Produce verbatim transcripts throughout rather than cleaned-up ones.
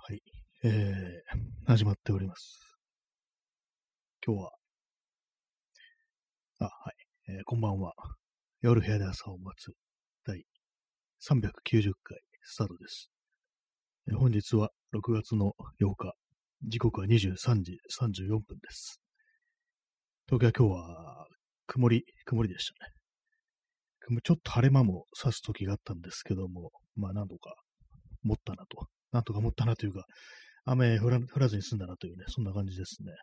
はい。えー、始まっております。今日は、あ、はい。えーこんばんは。夜部屋で朝を待つ第さんびゃくきゅうじゅっかいスタートです。えー本日はろくがつのようか。時刻はにじゅうさんじさんじゅうよんぷんです。東京は今日は曇り、曇りでしたね。曇ちょっと晴れ間も差す時があったんですけども、まあなんとか持ったなと。なんとか持ったなというか、雨降ら降らずに済んだなというね、そんな感じですね。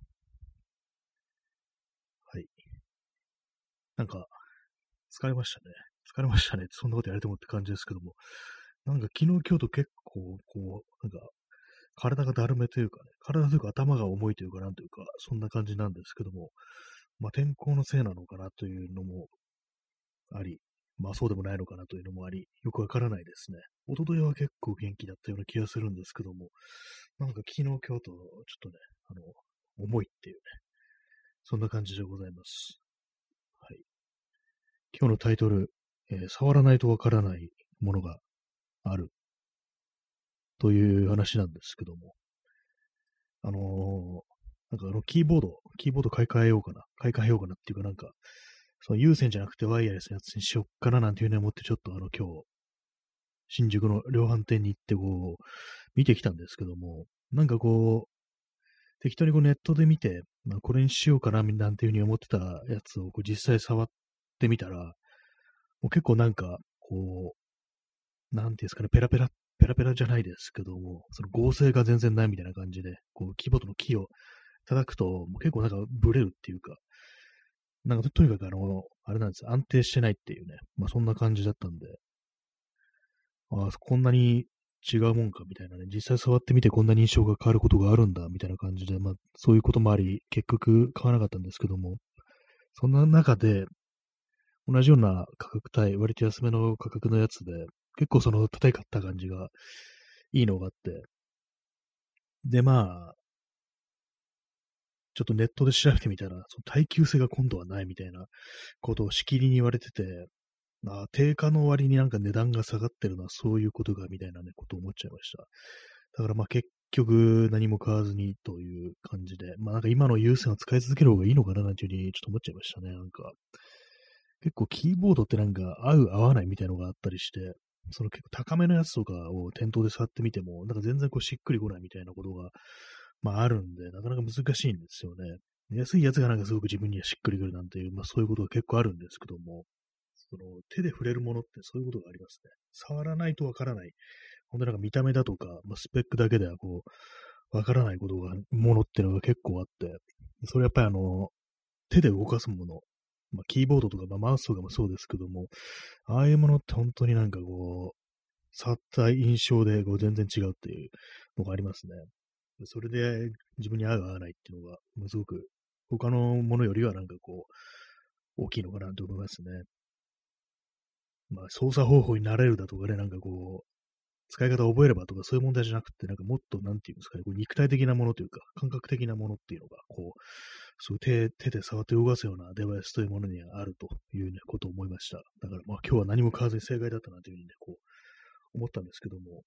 はい。なんか、疲れましたね。疲れましたね。そんなことやれてもって感じですけども。なんか昨日、今日と結構、こう、なんか、体がだるめというかね、体というか頭が重いというか、なんというか、そんな感じなんですけども、まあ天候のせいなのかなというのもあり、まあそうでもないのかなというのもあり、よくわからないですね。一昨日は結構元気だったような気がするんですけども、なんか昨日、今日とちょっとね、あの、重いっていうね、そんな感じでございます。はい。今日のタイトル、えー触らないとわからないものがあるという話なんですけども、あのーなんかあのキーボード、キーボード買い替えようかな、買い替えようかなっていうかなんか、その有線じゃなくてワイヤレスのやつにしよっかななんていうふうに思ってちょっとあの今日、新宿の量販店に行ってこう、見てきたんですけども、なんかこう、適当にこうネットで見て、まあ、これにしようかななんていうふうに思ってたやつをこう実際触ってみたら、もう結構なんか、こう、なんていうんですかね、ペラペラ、ペラペラじゃないですけども、その合成が全然ないみたいな感じで、こう、キーボードのキーを叩くと、もう結構なんかブレるっていうか、なんかととにかくあの、あれなんです、安定してないっていうね、まあそんな感じだったんで、ああ、こんなに違うもんかみたいなね、実際触ってみてこんなに印象が変わることがあるんだみたいな感じで、まあそういうこともあり、結局買わなかったんですけども、そんな中で、同じような価格帯、割と安めの価格のやつで、結構その叩いかった感じがいいのがあって、で、まあ、ちょっとネットで調べてみたら、その耐久性が今度はないみたいなことをしきりに言われてて、あ、定価の割になんか値段が下がってるのはそういうことかみたいなね、ことを思っちゃいました。だからまあ結局何も買わずにという感じで、まあなんか今の有線を使い続ける方がいいのかななんていうふうにちょっと思っちゃいましたね。なんか結構キーボードってなんか合う合わないみたいなのがあったりして、その結構高めのやつとかを店頭で触ってみても、なんか全然こうしっくりこないみたいなことが、まああるんで、なかなか難しいんですよね。安いやつがなんかすごく自分にはしっくりくるなんていう、まあそういうことが結構あるんですけども、その手で触れるものってそういうことがありますね。触らないとわからない。本当になんか見た目だとか、まあ、スペックだけではこう、わからないことが、ものっていうのが結構あって、それやっぱりあの、手で動かすもの、まあ、キーボードとか、まあ、マウスとかもそうですけども、ああいうものって本当になんかこう、触った印象でこう全然違うっていうのがありますね。それで自分に合う合わないっていうのが、ものすごく他のものよりはなんかこう、大きいのかなと思いますね。まあ、操作方法になれるだとかね、なんかこう、使い方を覚えればとかそういう問題じゃなくて、なんかもっと、なんていうんですかね、こう肉体的なものというか、感覚的なものっていうのが、こう、そういう手、手で触って動かすようなデバイスというものにはあるというね、ことを思いました。だからまあ今日は何も買わずに正解だったなというふうにね、こう、思ったんですけども。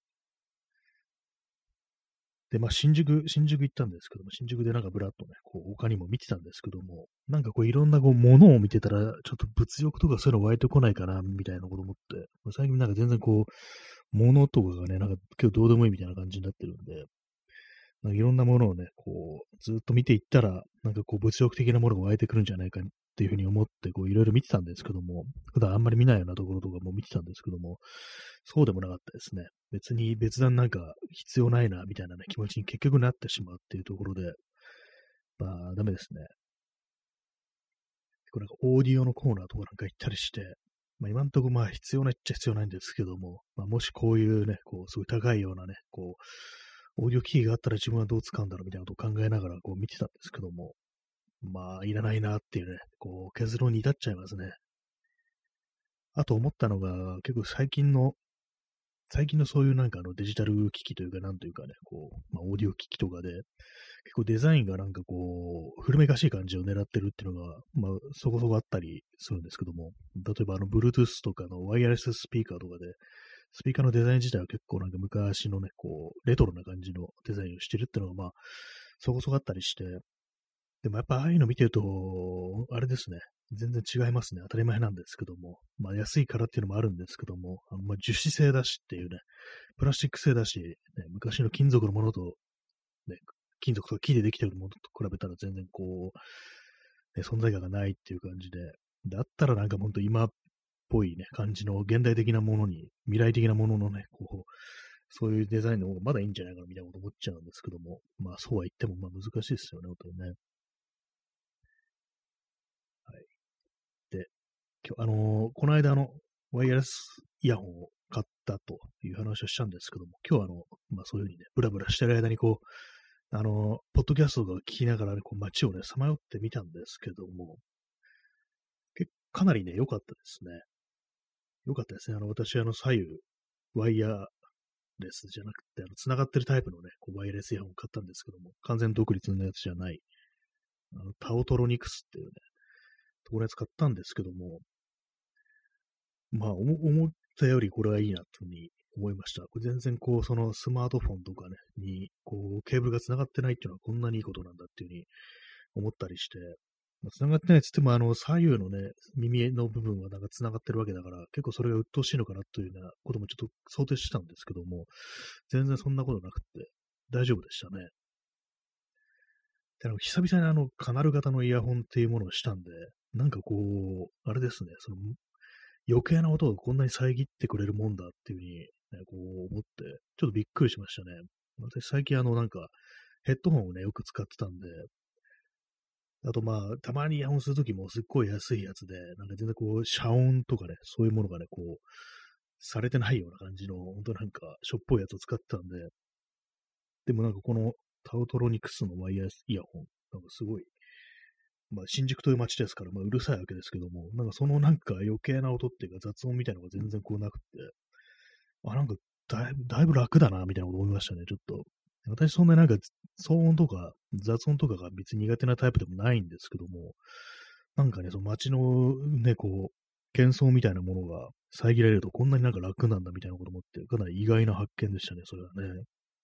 で、まあ新宿、新宿行ったんですけども、新宿でなんかブラッとね、こう、他にも見てたんですけども、なんかこういろんなこう、ものを見てたら、ちょっと物欲とかそういうの湧いてこないかな、みたいなこと思って、最近なんか全然こう、物とかがね、なんか今日どうでもいいみたいな感じになってるんで、なんかいろんなものをね、こう、ずっと見ていったら、なんかこう、物欲的なものが湧いてくるんじゃないかっていうふうに思って、こう、いろいろ見てたんですけども、普段あんまり見ないようなところとかも見てたんですけども、そうでもなかったですね。別に別段なんか必要ないな、みたいなね、気持ちに結局なってしまうっていうところで、まあ、ダメですね。こうなんかオーディオのコーナーとかなんか行ったりして、まあ今んとこまあ必要ないっちゃ必要ないんですけども、まあもしこういうね、こう、すごい高いようなね、こう、オーディオ機器があったら自分はどう使うんだろうみたいなことを考えながらこう見てたんですけども、まあ、いらないなっていうね、こう、結論に至っちゃいますね。あと思ったのが、結構最近の、最近のそういうなんかあのデジタル機器というか、なんというかね、こう、まあ、オーディオ機器とかで、結構デザインがなんかこう、古めかしい感じを狙ってるっていうのが、まあ、そこそこあったりするんですけども、例えばあの、Bluetooth とかのワイヤレススピーカーとかで、 スピーカーのデザイン自体は結構なんか昔のね、こう、レトロな感じのデザインをしてるっていうのがまあ、そこそこあったりして、でもやっぱああいうの見てると、あれですね、全然違いますね。当たり前なんですけども。まあ安いからっていうのもあるんですけども、あのまあ樹脂製だしっていうね、プラスチック製だし、ね、昔の金属のものと、ね、金属とか木でできているものと比べたら全然こう、ね、存在感がないっていう感じで、だったらなんかほんと今っぽいね、感じの現代的なものに、未来的なもののね、こう、そういうデザインの方がまだいいんじゃないかなみたいなこと思っちゃうんですけども、まあそうは言ってもまあ難しいですよね、本当にね。はい。で、今日、あのーこの間あの、ワイヤレスイヤホンを買ったという話をしたんですけども、今日はあの、まあそういうふうにね、ブラブラしてる間にこう、あのーポッドキャストとか聞きながらね、こう街をね、さまよってみたんですけども、結かなりね、良かったですね。良かったですね。あの、私、あの、左右、ワイヤレスじゃなくて、あの、繋がってるタイプのね、こうワイヤレスイヤホンを買ったんですけども、完全独立のやつじゃない、あの、タオトロニクスっていうね、ところで使ったんですけども、まあ、思思ったよりこれはいいなというふうに思いました。これ全然こう、そのスマートフォンとかね、に、こう、ケーブルが繋がってないっていうのはこんなにいいことなんだっていうふうに思ったりして、まあ、繋がってないっつっても、あの、左右のね、耳の部分はなんか繋がってるわけだから、結構それが鬱陶しいのかなというようなこともちょっと想定してたんですけども、全然そんなことなくて、大丈夫でしたね。で、あの、久々にあの、カナル型のイヤホンっていうものをしたんで、なんかこう、あれですね、その、余計な音をこんなに遮ってくれるもんだっていうふうに、ね、こう思って、ちょっとびっくりしましたね。私最近あの、なんか、ヘッドホンをね、よく使ってたんで、あとまあ、たまにイヤホンするときもすっごい安いやつで、なんか全然こう、遮音とかね、そういうものがね、こう、されてないような感じの、本当なんか、しょっぽいやつを使ってたんで、でもなんかこのタウトロニクスのワイヤレスイヤホン、なんかすごい、まあ新宿という街ですから、まあうるさいわけですけども、なんかそのなんか余計な音っていうか雑音みたいなのが全然こうなくて、あ、なんかだいぶ、だいぶ楽だな、みたいなこと思いましたね、ちょっと。私そんななんか騒音とか雑音とかが別に苦手なタイプでもないんですけども、なんかね、その街のね、こう、喧騒みたいなものが遮られるとこんなになんか楽なんだみたいなこと思って、かなり意外な発見でしたね、それはね。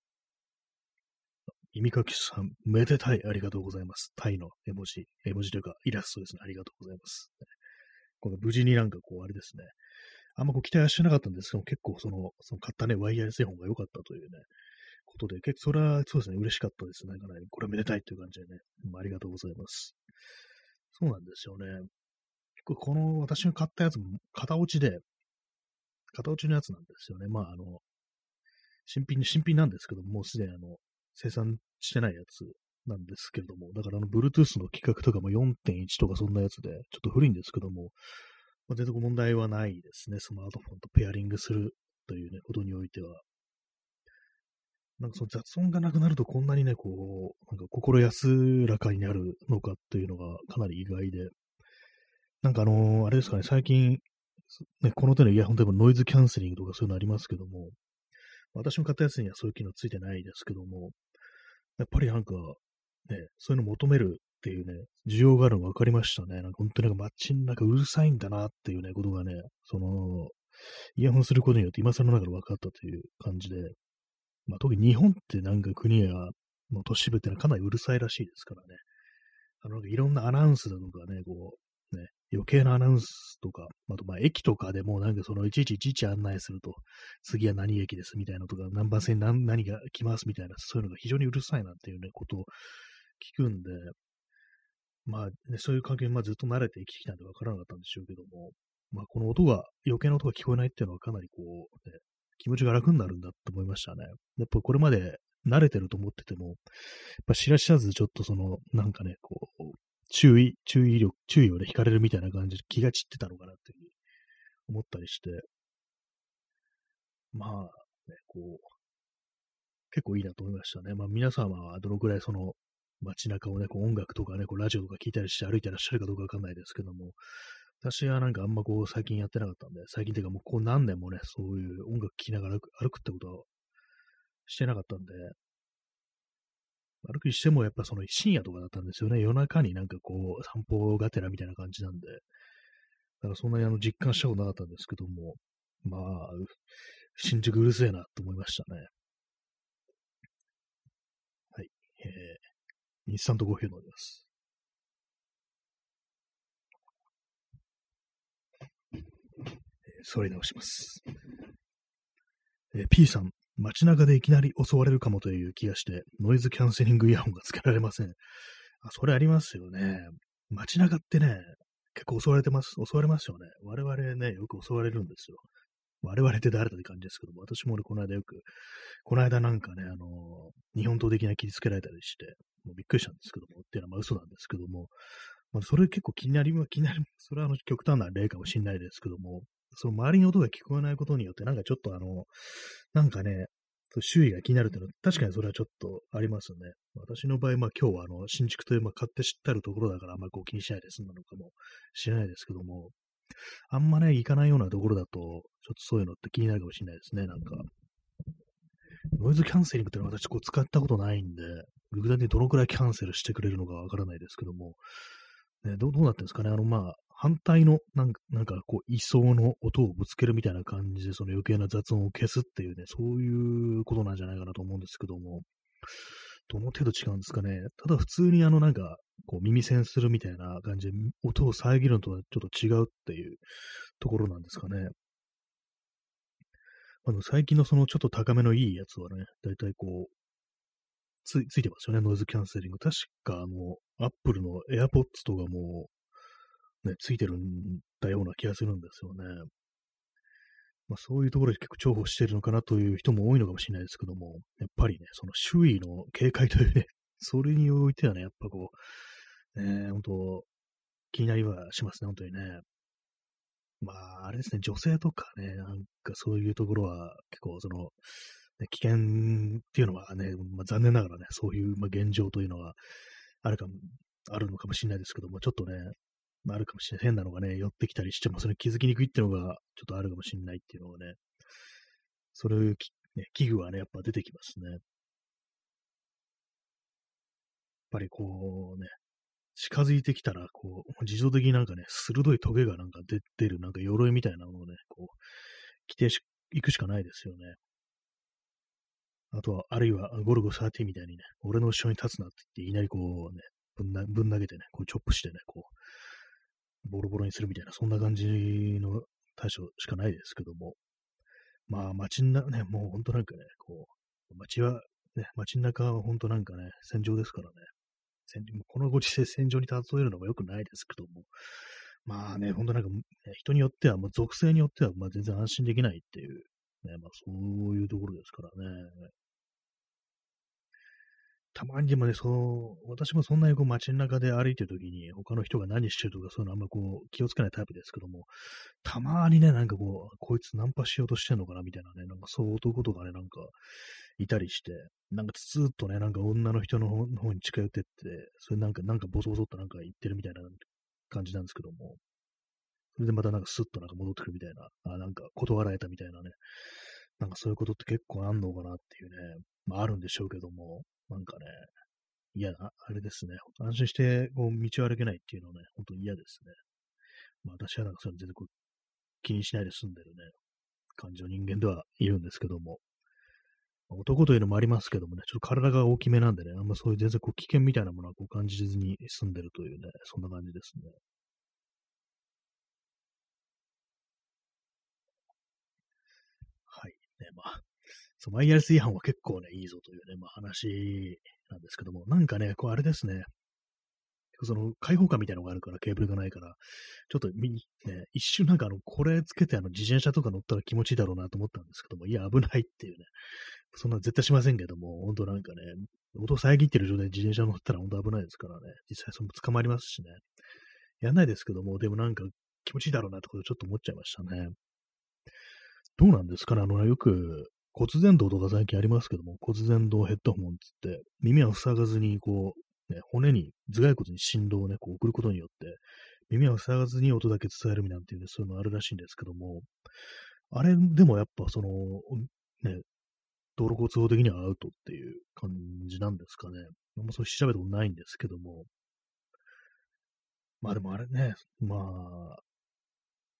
耳かきさん、めでたい、ありがとうございます。タイの絵文字、絵文字というかイラストですね、ありがとうございます。この無事になんかこう、あれですね、あんまこう期待はしてなかったんですけど、結構その、その買ったね、ワイヤレスイヤホンが良かったというね、ことで、結構それはそうですね、嬉しかったですね。かなり、これめでたいという感じでね、うん、ありがとうございます。そうなんですよね。結構この私が買ったやつも、型落ちで、型落ちのやつなんですよね。まあ、あの、新品、新品なんですけども、もうすでにあの、生産してないやつなんですけれども、だからあの、Bluetooth の規格とかもよんてんいちとかそんなやつで、ちょっと古いんですけども、まあ、全然問題はないですね。スマートフォンとペアリングするというね、ことにおいては。なんかその雑音がなくなるとこんなにね、こう、なんか心安らかになるのかっていうのがかなり意外で、なんかあのーあれですかね、最近、ね、この手のイヤホンでもノイズキャンセリングとかそういうのありますけども、私の買ったやつにはそういう機能ついてないですけども、やっぱりなんか、ね、そういうの求めるっていうね、需要があるの分かりましたね。なんか本当になんか街の中うるさいんだなっていうね、ことがね、その、イヤホンすることによって今更ながら分かったという感じで、まあ、特に日本ってなんか国やの都市部ってのはかなりうるさいらしいですからね。あの、いろんなアナウンスだとかね、こう、ね、余計なアナウンスとか、あとまあ駅とかでもなんかそのいちいちいちいち案内すると、次は何駅ですみたいなとか、何番線に何何が来ますみたいな、そういうのが非常にうるさいなんていうね、ことを聞くんで、まあ、ね、そういう環境にまあずっと慣れて生きてきたんでわからなかったんでしょうけども、まあこの音が、余計な音が聞こえないっていうのはかなりこう、ね、気持ちが楽になるんだと思いましたね。やっぱこれまで慣れてると思ってても、やっぱ知ら知らずちょっとその、なんかね、こう、注意、注意力、注意をね、惹かれるみたいな感じで気が散ってたのかなっていうふうに思ったりして、まあ、ね、こう、結構いいなと思いましたね。まあ皆様はどのくらいその街中をね、こう音楽とかね、こうラジオとか聞いたりして歩いてらっしゃるかどうかわかんないですけども、私はなんかあんまこう最近やってなかったんで、最近っていうかもうこう何年もね、そういう音楽聴きながら歩く歩くってことはしてなかったんで、歩くにしてもやっぱその深夜とかだったんですよね。夜中になんかこう散歩がてらみたいな感じなんで、だからそんなにあの実感したことなかったんですけども、 まあ、新宿うるせえなと思いましたね。はい。えー、インスタントコーヒーを飲みます。座り直します。えー、P さん、街中でいきなり襲われるかもという気がして、ノイズキャンセリングイヤホンがつけられません。あ、それありますよね。街中ってね、結構襲われてます。襲われますよね。我々ね、よく襲われるんですよ。我々って誰だって感じですけども、私もね、この間よく、この間なんかね、あのー日本刀的な切りつけられたりして、もうびっくりしたんですけども、っていうのはまあ嘘なんですけども、まあ、それ結構気になりま、気になり、それはあの極端な例かもしれないですけども、その周りの音が聞こえないことによって、なんかちょっとあの、なんかね、周囲が気になるっていうのは、確かにそれはちょっとありますね。私の場合、まあ今日はあの、新築という、まあ、買って知ったるところだから、あんまりこう気にしないで済んだのかもしれないですけども、あんまね、行かないようなところだと、ちょっとそういうのって気になるかもしれないですね、なんか。ノイズキャンセリングってのは私こう使ったことないんで、具体的にどのくらいキャンセルしてくれるのかわからないですけども、ね、どう、どうなってるんですかね。あの、まあ、反対の、なんか、なんかこう、位相の音をぶつけるみたいな感じで、その余計な雑音を消すっていうね、そういうことなんじゃないかなと思うんですけども、どの程度違うんですかね。ただ普通にあの、なんか、こう、耳栓するみたいな感じで、音を遮るのとはちょっと違うっていうところなんですかね。あの、最近のそのちょっと高めのいいやつはね、だいたいこう、つ、ついてますよね、ノイズキャンセリング。確か、あの、アップルの AirPods とかも、ね、ついてるんだような気がするんですよね。まあ、そういうところで結構重宝しているのかなという人も多いのかもしれないですけども、やっぱりね、その周囲の警戒というね、それにおいてはね、やっぱこう、ね、本当気になりはしますね、本当にね。まあ、あれですね、女性とかね、なんかそういうところは結構その、ね、危険っていうのはね、まあ、残念ながらね、そういう、まあ、現状というのはあるかも、あるのかもしれないですけども、ちょっとね、まあ、あるかもしれない。変なのがね、寄ってきたりしても、それに気づきにくいっていうのが、ちょっとあるかもしれないっていうのをね、そういうき、ね、器具はね、やっぱ出てきますね。やっぱりこうね、近づいてきたら、こう、自動的になんかね、鋭いトゲがなんか出てる、なんか鎧みたいなものをね、こう、着ていくしかないですよね。あとは、あるいは、ゴルゴじゅうさんみたいにね、俺の後ろに立つなって言って、いきなりこうね、ぶんなぶん投げてね、こうチョップしてね、こう、ボロボロにするみたいな、そんな感じの対処しかないですけども、まあ、街ん中ね、もう本当なんかね、こう、街は、ね、街中は本当なんかね、戦場ですからね、戦このご時世戦場に例えるのも良くないですけども、まあね、本当なんか、ね、人によっては、まあ、属性によっては、まあ、全然安心できないっていう、ね、まあそういうところですからね。たまにでもね、そう、私もそんなにこう街中で歩いてるときに、他の人が何してるとか、そういうのあんまこう気をつけないタイプですけども、たまにね、なんかこう、こいつナンパしようとしてんのかなみたいなね、なんかそういう男とかね、なんかいたりして、なんかつつーっとね、なんか女の人の方の方に近寄ってって、それなんか、なんかボソボソっとなんか言ってるみたいな感じなんですけども、それでまたなんかスッとなんか戻ってくるみたいな、あ、なんか断られたみたいなね、なんかそういうことって結構あんのかなっていうね、まああるんでしょうけども、なんかね、嫌な、あれですね。安心して、こう、道を歩けないっていうのはね、本当に嫌ですね。まあ、私はなんかそれ全然こう気にしないで済んでるね、感じの人間ではいるんですけども、まあ男というのもありますけどもね、ちょっと体が大きめなんでね、あんまそういう全然こう危険みたいなものはこう感じずに済んでるというね、そんな感じですね。はい。ね、まあ、そう、ワイヤレス違反は結構ね、いいぞというね、まあ話なんですけども、なんかね、こうあれですね、その開放感みたいなのがあるから、ケーブルがないから、ちょっと見に、ね、一瞬なんかあの、これつけてあの、自転車とか乗ったら気持ちいいだろうなと思ったんですけども、いや、危ないっていうね、そんな絶対しませんけども、本当なんかね、音を遮ってる状態で自転車乗ったら本当危ないですからね、実際その捕まりますしね、やんないですけども、でもなんか気持ちいいだろうなってことちょっと思っちゃいましたね。どうなんですかね、あの、よく骨伝導とか最近ありますけども、骨伝導ヘッドホンつって、耳は塞がずにこう、ね、骨に、頭蓋骨に振動をね、こう送ることによって、耳は塞がずに音だけ伝えるみたいなっていうね、そういうのあるらしいんですけども、あれでもやっぱその、ね、道路交通法的にはアウトっていう感じなんですかね。あんまそう調べたことないんですけども、まあでもあれね、まあ、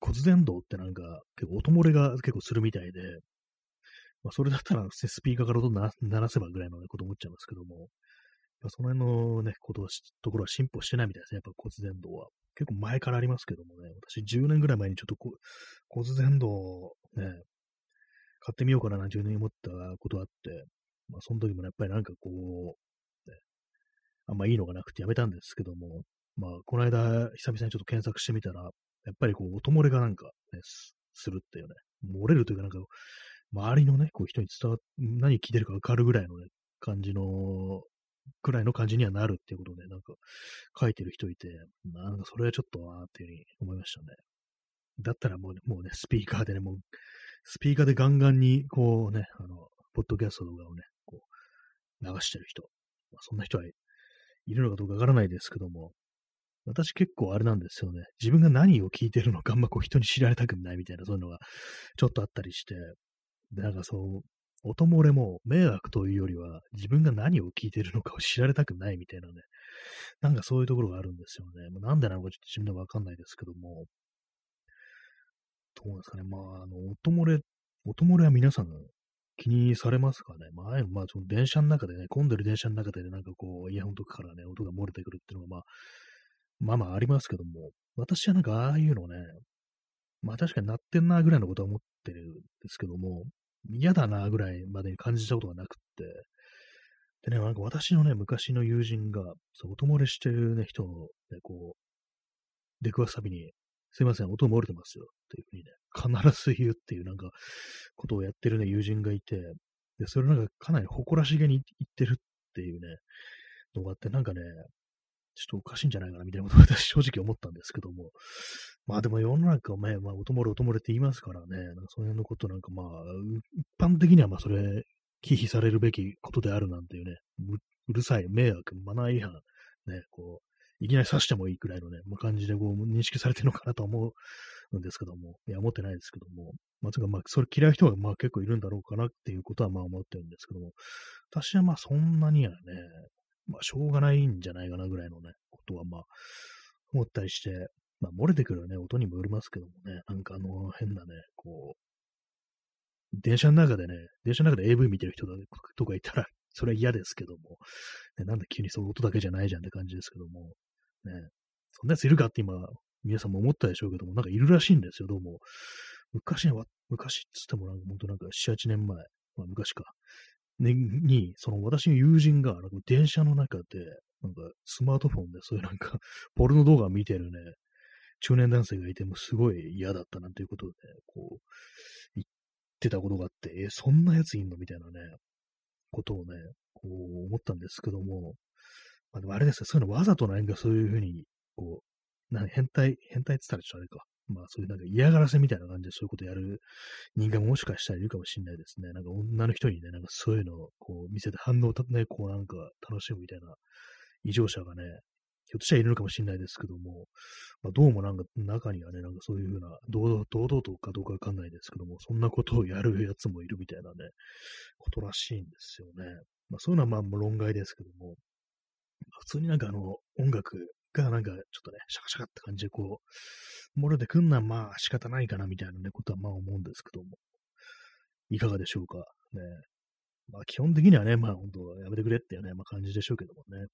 骨伝導ってなんか、結構音漏れが結構するみたいで、まあ、それだったらスピーカーから音鳴ら鳴らせばぐらいの、ね、こと思っちゃいますけども、まあ、その辺のね、ことはところは進歩してないみたいですね。やっぱ骨伝導は。結構前からありますけどもね、私じゅうねんぐらい前にちょっとこ骨伝導をね、買ってみようかななんていうふうに思ったことがあって、まあ、その時もね、やっぱりなんかこう、ね、あんまいいのがなくてやめたんですけども、まあ、この間、久々にちょっと検索してみたら、やっぱりこう、音漏れがなんかね、すするっていうね、漏れるというかなんか、周りのね、こう人に伝わっ、何聞いてるかわかるぐらいのね、感じの、くらいの感じにはなるっていうことで、なんか書いてる人いて、なんかそれはちょっとなーっていうふうに思いましたね。だったらもうね、もうね、スピーカーでね、もう、スピーカーでガンガンに、こうね、あの、ポッドキャスト動画をね、こう、流してる人。まあ、そんな人はいるのかどうかわからないですけども、私結構あれなんですよね。自分が何を聞いてるのかあんまこう人に知られたくないみたいな、そういうのがちょっとあったりして、で、なんかそう、音漏れも迷惑というよりは、自分が何を聞いてるのかを知られたくないみたいなね、なんかそういうところがあるんですよね。まあ、なんでなのかちょっと自分ではわかんないですけども、どうなんですかね。まあ、あの、音漏れ、音漏れは皆さん気にされますかね。まあ、まあ、その電車の中でね、混んでる電車の中でね、なんかこう、イヤホンとかからね、音が漏れてくるっていうのが、まあ、まあまあありますけども、私はなんかああいうのね、まあ確かになってんなぐらいのことは思ってるんですけども、嫌だなぐらいまでに感じたことがなくって、でね、なんか私のね、昔の友人が、そう音漏れしてるね、人のね、こう、出くわすたびに、すいません、音漏れてますよっていうふうにね、必ず言うっていうなんか、ことをやってるね、友人がいて、で、それなんかかなり誇らしげに言ってるっていうね、のがあって、なんかね、ちょっとおかしいんじゃないかな、みたいなことを私正直思ったんですけども。まあでも世の中はね、まあ音漏れ音漏れって言いますからね、なんかその辺のことなんかまあ、一般的にはまあそれ、忌避されるべきことであるなんていうね、ううるさい、迷惑、マナー違反、ね、こう、いきなり刺してもいいくらいのね、まあ、感じでこう認識されてるのかなと思うんですけども、いや、思ってないですけども、まあ、つうかまあ、それ嫌いな人がまあ結構いるんだろうかなっていうことはまあ思ってるんですけども、私はまあそんなにはね、まあしょうがないんじゃないかなぐらいのね、ことはまあ思ったりして、まあ漏れてくるね、音にもよりますけどもね、なんかあの変なね、こう、電車の中でね、電車の中で エーブイ 見てる人とかいたら、それは嫌ですけども、ね、なんで急にその音だけじゃないじゃんって感じですけども、ね、そんなやついるかって今、皆さんも思ったでしょうけども、なんかいるらしいんですよ、どうも。昔は、昔っつってもなんか、本当なんかなな、はちねんまえ、まあ昔か、ね、に、その私の友人が、なんか電車の中で、なんかスマートフォンでそういうなんか、ポルノ動画を見てるね、中年男性がいて、もうすごい嫌だったなんていうことで、ね、こう、言ってたことがあって、え、そんなやついんのみたいなね、ことをね、こう思ったんですけども、まあでもあれですね、そういうのわざとなんかそういうふうに、こう、な変態、変態って言ったらちょっとあれか。まあそういうなんか嫌がらせみたいな感じでそういうことやる人間ももしかしたらいるかもしれないですね。なんか女の人にね、なんかそういうのをこう見せて反応をね、こうなんか楽しむみたいな異常者がね、ひょっとしたらいるのかもしれないですけども、まあ、どうもなんか中にはね、なんかそういうふうな、堂々堂々とかどうかわかんないですけども、そんなことをやるやつもいるみたいなね、ことらしいんですよね。まあそういうのはまあ論外ですけども、普通になんかあの、音楽がなんかちょっとね、シャカシャカって感じでこう、漏れてくんのはまあ仕方ないかなみたいなね、ことはまあ思うんですけども、いかがでしょうか。ね。まあ基本的にはね、まあ本当やめてくれっていうね、まあ感じでしょうけどもね。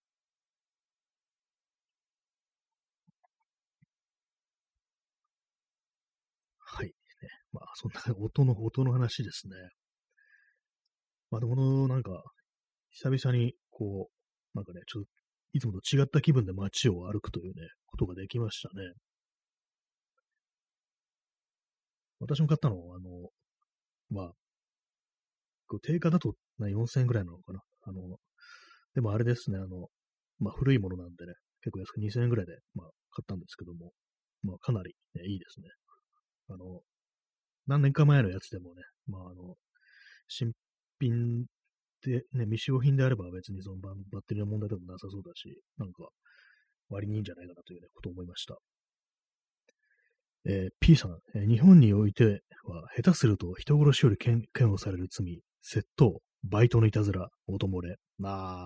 はい。ね。まあそんな音の、音の話ですね。まあでもなんか、久々にこう、なんかね、ちょっといつもと違った気分で街を歩くというね、ことができましたね。私も買ったのは、あの、まあ、こう定価だと、ね、よんせんえんぐらいなのかな。あの、でもあれですね、あの、まあ古いものなんでね、結構安くにせんえんぐらいで、まあ買ったんですけども、まあかなり、ね、いいですね。あの、何年か前のやつでもね、まああの、新品で、ね、未使用品であれば別にそのババッテリーの問題でもなさそうだし、なんか割にいいんじゃないかなという、ね、ことを思いました。えー P さん、えー日本においては、下手すると人殺しより嫌嫌悪される罪、窃盗、バイトのいたずら、音漏れ。ああ、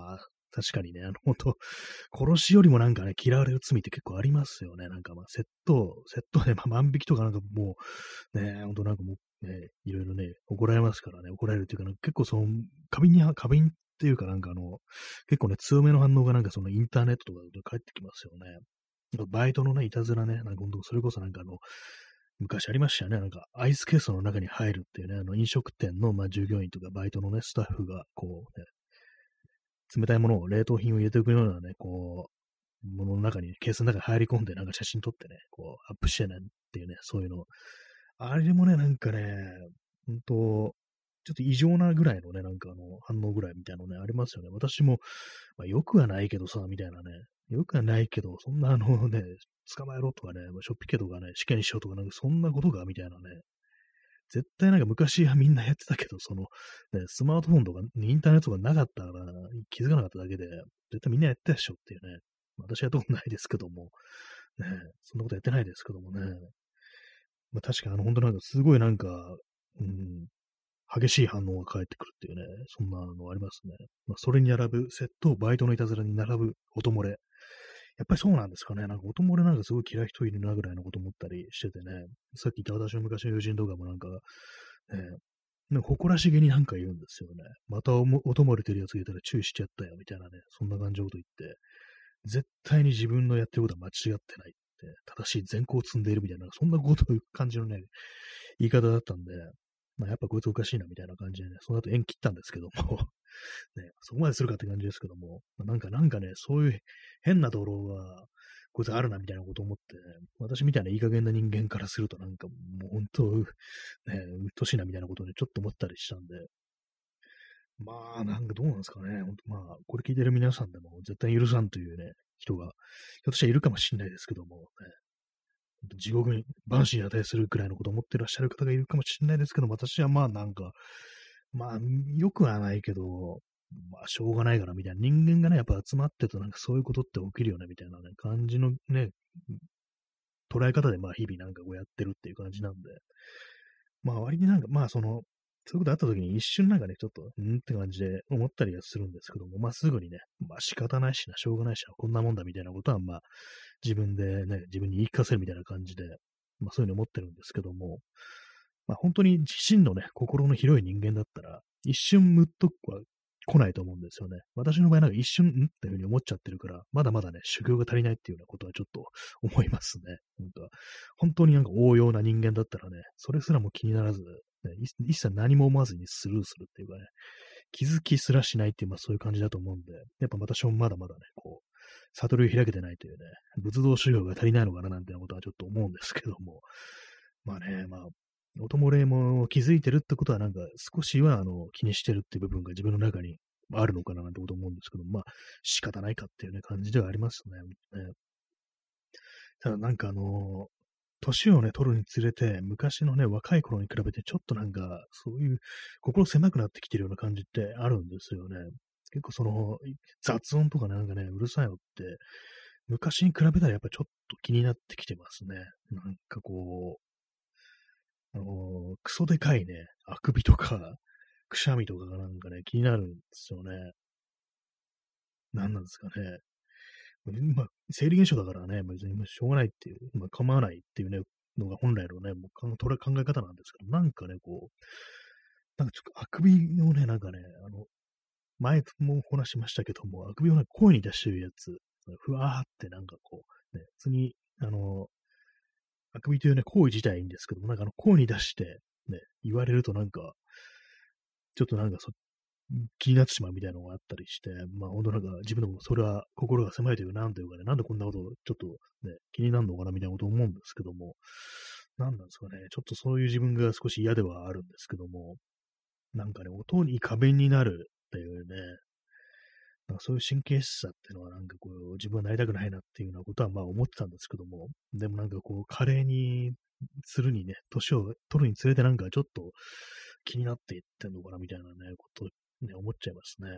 確かにね、あの、本当殺しよりもなんかね、嫌われる罪って結構ありますよね。なんかまあ、窃盗、窃盗で、まあ、万引きとかなんかもう、ね、ほんとなんかもう、ね、いろいろね、怒られますからね、怒られるっていうか、なんか結構その、過敏に、過敏っていうかなんかあの、結構ね、強めの反応がなんかそのインターネットとかで返ってきますよね。バイトのね、いたずらね、なんか本当それこそなんかあの、昔ありましたよね。なんか、アイスケースの中に入るっていうね、あの、飲食店の、まあ、従業員とかバイトのね、スタッフが、こう、ね、冷たいものを、冷凍品を入れておくようなね、こう、ものの中に、ケースの中に入り込んで、なんか写真撮ってね、こう、アップしてねっていうね、そういうの。あれもね、なんかね、ほんと、ちょっと異常なぐらいのね、なんかあの、反応ぐらいみたいなのね、ありますよね。私も、まあ、よくはないけどさ、みたいなね、よくはないけど、そんなあのね、捕まえろとかね、まあ、しょっぴけとかね、死刑にしようとか、なんかそんなことが、みたいなね、絶対なんか昔はみんなやってたけど、その、ね、スマートフォンとかインターネットがなかったから気づかなかっただけで、絶対みんなやってたでしょっていうね。私はやったことないですけども、ね、そんなことやってないですけどもね。まあ確かにあの、本当なんかすごいなんか、うん、激しい反応が返ってくるっていうね、そんなのありますね。まあそれに並ぶ、窃盗、バイトのいたずらに並ぶ音漏れ。やっぱりそうなんですかね。なんか音漏れなんかすごい嫌い人いるなぐらいのこと思ったりしててね。さっき言った私の昔の友人とかもなんか、ね、なんか誇らしげになんか言うんですよね。またおも音漏れてるやつがいたら注意しちゃったよ、みたいなね。そんな感じのこと言って、絶対に自分のやってることは間違ってないって、正しい善行を積んでいるみたいな、そんなこという感じのね、言い方だったんで、まあ、やっぱこいつおかしいなみたいな感じでね、その後縁切ったんですけどもね、そこまでするかって感じですけども、まあ、なんか、なんかね、そういう変なところが、こいつあるなみたいなことを思ってね、私みたいないい加減な人間からするとなんかもう本当、ね、うっとしいなみたいなことをね、ちょっと思ったりしたんで、まあ、なんかどうなんですかね。本当まあ、これ聞いてる皆さんでも絶対許さんというね、人が、ひょっとしたらいるかもしれないですけども、ね、地獄に、万死に値するくらいのことを思ってらっしゃる方がいるかもしれないですけども、私はまあなんか、まあ、よくはないけど、まあ、しょうがないからみたいな。人間がね、やっぱ集まってるとなんかそういうことって起きるよね、みたいなね、感じのね、捉え方でまあ日々なんかこうやってるっていう感じなんで、まあ割になんか、まあその、そういうことあった時に一瞬なんかね、ちょっと、んって感じで思ったりはするんですけども、まあすぐにね、まあ仕方ないしな、しょうがないしな、こんなもんだみたいなことはまあ自分でね、自分に言い聞かせるみたいな感じで、まあそういうふうに思ってるんですけども、まあ本当に自身のね、心の広い人間だったら、一瞬ムッとは来ないと思うんですよね。私の場合なんか一瞬、んっていうふうに思っちゃってるから、まだまだね、修行が足りないっていうようなことはちょっと思いますね。本当は。本当になんか応用な人間だったらね、それすらも気にならず、ね、一一切何も思わずにスルーするっていうかね、気づきすらしないっていう、まあそういう感じだと思うんで、やっぱ私もまだまだね、こう、悟りを開けてないというね、仏道修行が足りないのかななんていうことはちょっと思うんですけども、まあね、まあ、音漏れも気づいてるってことはなんか少しはあの気にしてるっていう部分が自分の中にあるのかななんてこと思うんですけど、まあ仕方ないかっていうね感じではありますね。ねただなんかあの、年をね、取るにつれて、昔のね、若い頃に比べて、ちょっとなんか、そういう、心狭くなってきてるような感じってあるんですよね。結構その、雑音とかなんかね、うるさいのって、昔に比べたらやっぱちょっと気になってきてますね。なんかこう、あのークソでかいね、あくびとか、くしゃみとかがなんかね、気になるんですよね。なんなんですかね。まあ、生理現象だからね、別にしょうがないっていう、まあ、構わないっていうね、のが本来のね、もう考え考え方なんですけど、なんかね、こう、なんかちょっとあくびをね、なんかね、あの、前もお話しましたけども、あくびをね、声に出してるやつ、ふわーってなんかこう、ね、普通に、あの、あくびというね、行為自体いいんですけども、なんかあの、声に出して、ね、言われるとなんか、ちょっとなんかそ気になってしまうみたいなのがあったりして、まあ本当なんか自分でもそれは心が狭いというか、なんというかね、なんでこんなことをちょっとね、気になるのかなみたいなことを思うんですけども、なんなんですかね、ちょっとそういう自分が少し嫌ではあるんですけども、なんかね、音に過敏になるっていうね、なんかそういう神経質さっていうのはなんかこう、自分はなりたくないなっていうようなことはまあ思ってたんですけども、でもなんかこう、加齢にするにね、年を取るにつれてなんかちょっと気になっていってんのかなみたいなね、ことね、思っちゃいますね。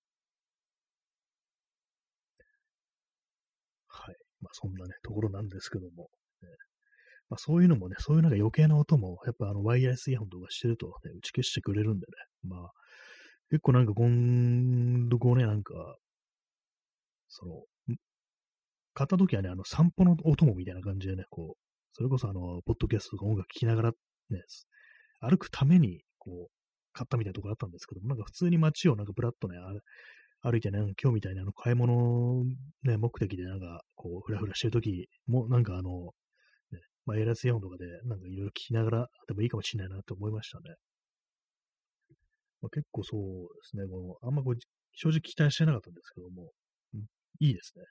はい。まあ、そんなね、ところなんですけども、ね、まあ、そういうのもね、そういうなんか余計な音も、やっぱあの、ワイヤレスイヤホンとかしてると、ね、打ち消してくれるんでね、まあ、結構なんか今度こうね、なんか、 その、ん買った時はね、あの、散歩のお供みたいな感じでね、こう、それこそあの、ポッドキャストとか音楽聴きながらね、歩くために、こう、買ったみたいなところあったんですけども、なんか普通に街をなんかブラッとね、あ歩いてね、今日みたいにあの、買い物、ね、目的でなんか、こう、ふらふらしてる時も、なんかあの、ね、まあ、エーエルエスイヤホンとかで、なんかいろいろ聞きながらでもいいかもしれないなって思いましたね。まあ、結構そうですね、この、あんまこう、正直期待してなかったんですけども、うん、いいですね。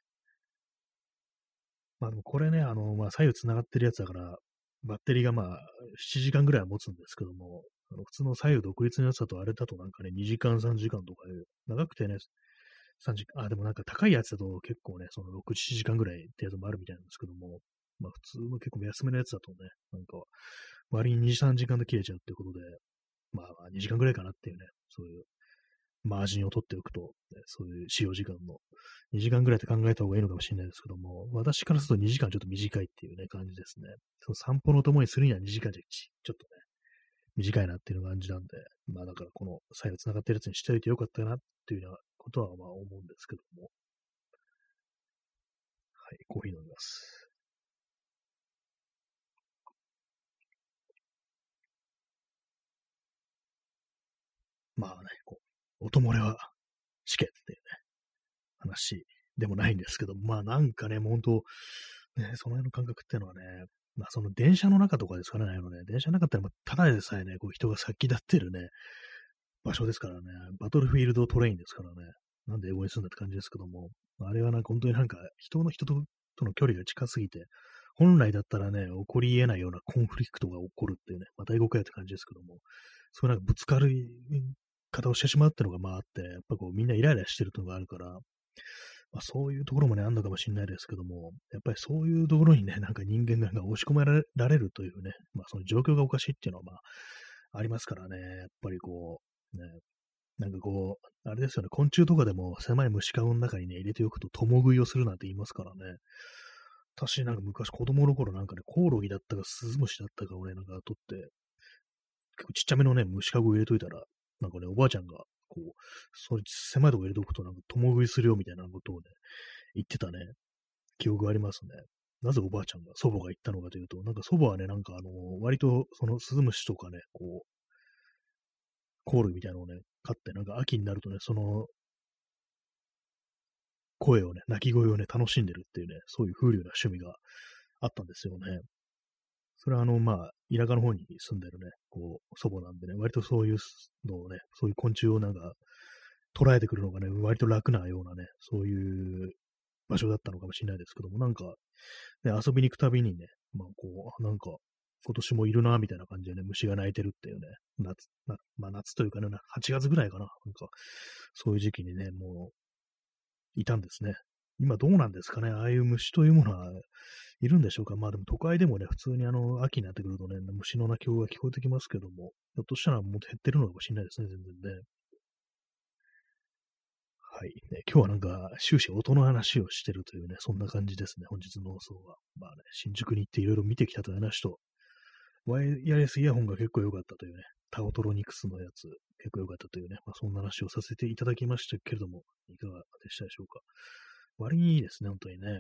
まあでもこれね、あの、まあ左右繋がってるやつだから、バッテリーがまあななじかんぐらいは持つんですけども、あの普通の左右独立のやつだとあれだとなんかね、にじかん、さんじかんとかいう、長くてね、さんじかん、あ、でもなんか高いやつだと結構ね、そのろく、ななじかんぐらいってやつもあるみたいなんですけども、まあ普通の結構安めのやつだとね、なんか割にに、さんじかんで切れちゃうっていうことで、まあまあにじかんぐらいかなっていうね、そういうマージンを取っておくと、ね、そういう使用時間のにじかんぐらいって考えた方がいいのかもしれないですけども、私からするとにじかんちょっと短いっていうね、感じですね。その散歩の友にするにはにじかんじゃちちょっとね、短いなっていう感じなんで、まあだからこの左右繋がってるやつにしておいてよかったなっていうようなことはまあ思うんですけども、はい、コーヒー飲みます。まあね、こう、音漏れは死刑っていうね、話でもないんですけど、まあなんかね、もう本当、ね、その辺の感覚っていうのはね、まあその電車の中とかですからね、あのね、電車の中ってのはただでさえね、こう人が先立ってるね、場所ですからね、バトルフィールドトレインですからね、なんで英語にするんだって感じですけども、あれはなんか本当になんか人の人ととの距離が近すぎて、本来だったらね、起こり得ないようなコンフリクトが起こるっていうね、また英語かよって感じですけども、そういうなんかぶつかる方をしてしまうっていうのがまああって、やっぱこうみんなイライラしてるっていうのがあるから、まあ、そういうところもね、あんのかもしれないですけども、やっぱりそういうところにね、なんか人間が押し込められられるというね、まあその状況がおかしいっていうのはまあありますからね、やっぱりこう、ね、なんかこう、あれですよね、昆虫とかでも狭い虫かごの中にね、入れておくと共食いをするなんて言いますからね。私なんか昔子供の頃なんかね、コオロギだったかスズムシだったかをね、なんか取って、結構ちっちゃめのね、虫かご入れといたら、なんかね、おばあちゃんが、こう、そういう狭いとこ入れておくとなんか共食いするよみたいなことをね、言ってたね、記憶がありますね。なぜおばあちゃんが、祖母が言ったのかというと、なんか祖母はね、なんかあの、割とそのスズムシとかね、こう、コオロギみたいなのをね、飼って、なんか秋になるとね、その声をね、鳴き声をね、楽しんでるっていうね、そういう風流な趣味があったんですよね。それはあの、まあ、田舎の方に住んでるね、こう、祖母なんでね、割とそういうのをね、そういう昆虫をなんか捉えてくるのがね、割と楽なようなね、そういう場所だったのかもしれないですけども、なんか、ね、遊びに行くたびにね、まあ、こう、なんか、今年もいるな、みたいな感じでね、虫が鳴いてるっていうね、夏、なまあ、夏というかね、はちがつぐらいかな、なんか、そういう時期にね、もう、いたんですね。今どうなんですかね、ああいう虫というものはいるんでしょうか。まあでも都会でもね、普通にあの、秋になってくるとね、虫の鳴き声が聞こえてきますけども、ひょっとしたらもう減ってるのかもしれないですね、全然ね。はい。ね、今日はなんか終始音の話をしてるというね、そんな感じですね、本日の放送は。まあね、新宿に行っていろいろ見てきたという話と、ワイヤレスイヤホンが結構良かったというね、タオトロニクスのやつ、結構良かったというね、まあそんな話をさせていただきましたけれども、いかがでしたでしょうか。割にいいですね、本当にね。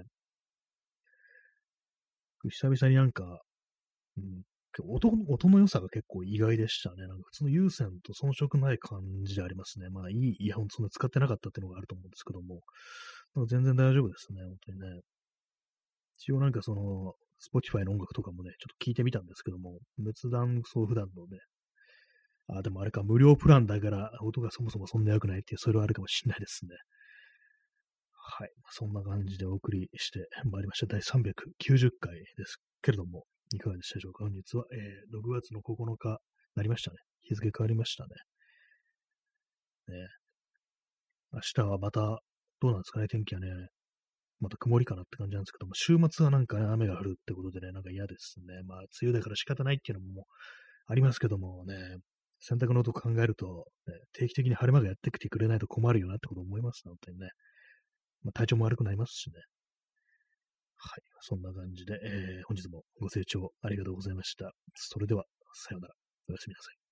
久々になんか、うん、音音の良さが結構意外でしたね。なんか普通の有線と遜色ない感じでありますね。まあいいイヤホンそんな使ってなかったっていうのがあると思うんですけども、なんか全然大丈夫ですね、本当にね。一応なんかその、Spotify の音楽とかもね、ちょっと聞いてみたんですけども、別段そう普段のね、あ、でもあれか、無料プランだから音がそもそもそんな良くないっていう、それはあるかもしれないですね。はい。そんな感じでお送りしてまいりました。だいさんびゃくきゅうじゅっかいですけれども、いかがでしたでしょうか。本日は、えー、ろくがつのここのか、なりましたね。日付変わりましたね。ね、明日はまた、どうなんですかね、天気はね。また曇りかなって感じなんですけども、週末はなんかね、雨が降るってことでね、なんか嫌ですね。まあ、梅雨だから仕方ないっていうのもありますけどもね、洗濯のことを考えると、ね、定期的に晴れ間がやってきてくれないと困るよなってことを思いますね、本当にね。まあ、体調も悪くなりますしね。はい。そんな感じで、えー本日もご清聴ありがとうございました。それでは、さようなら。おやすみなさい。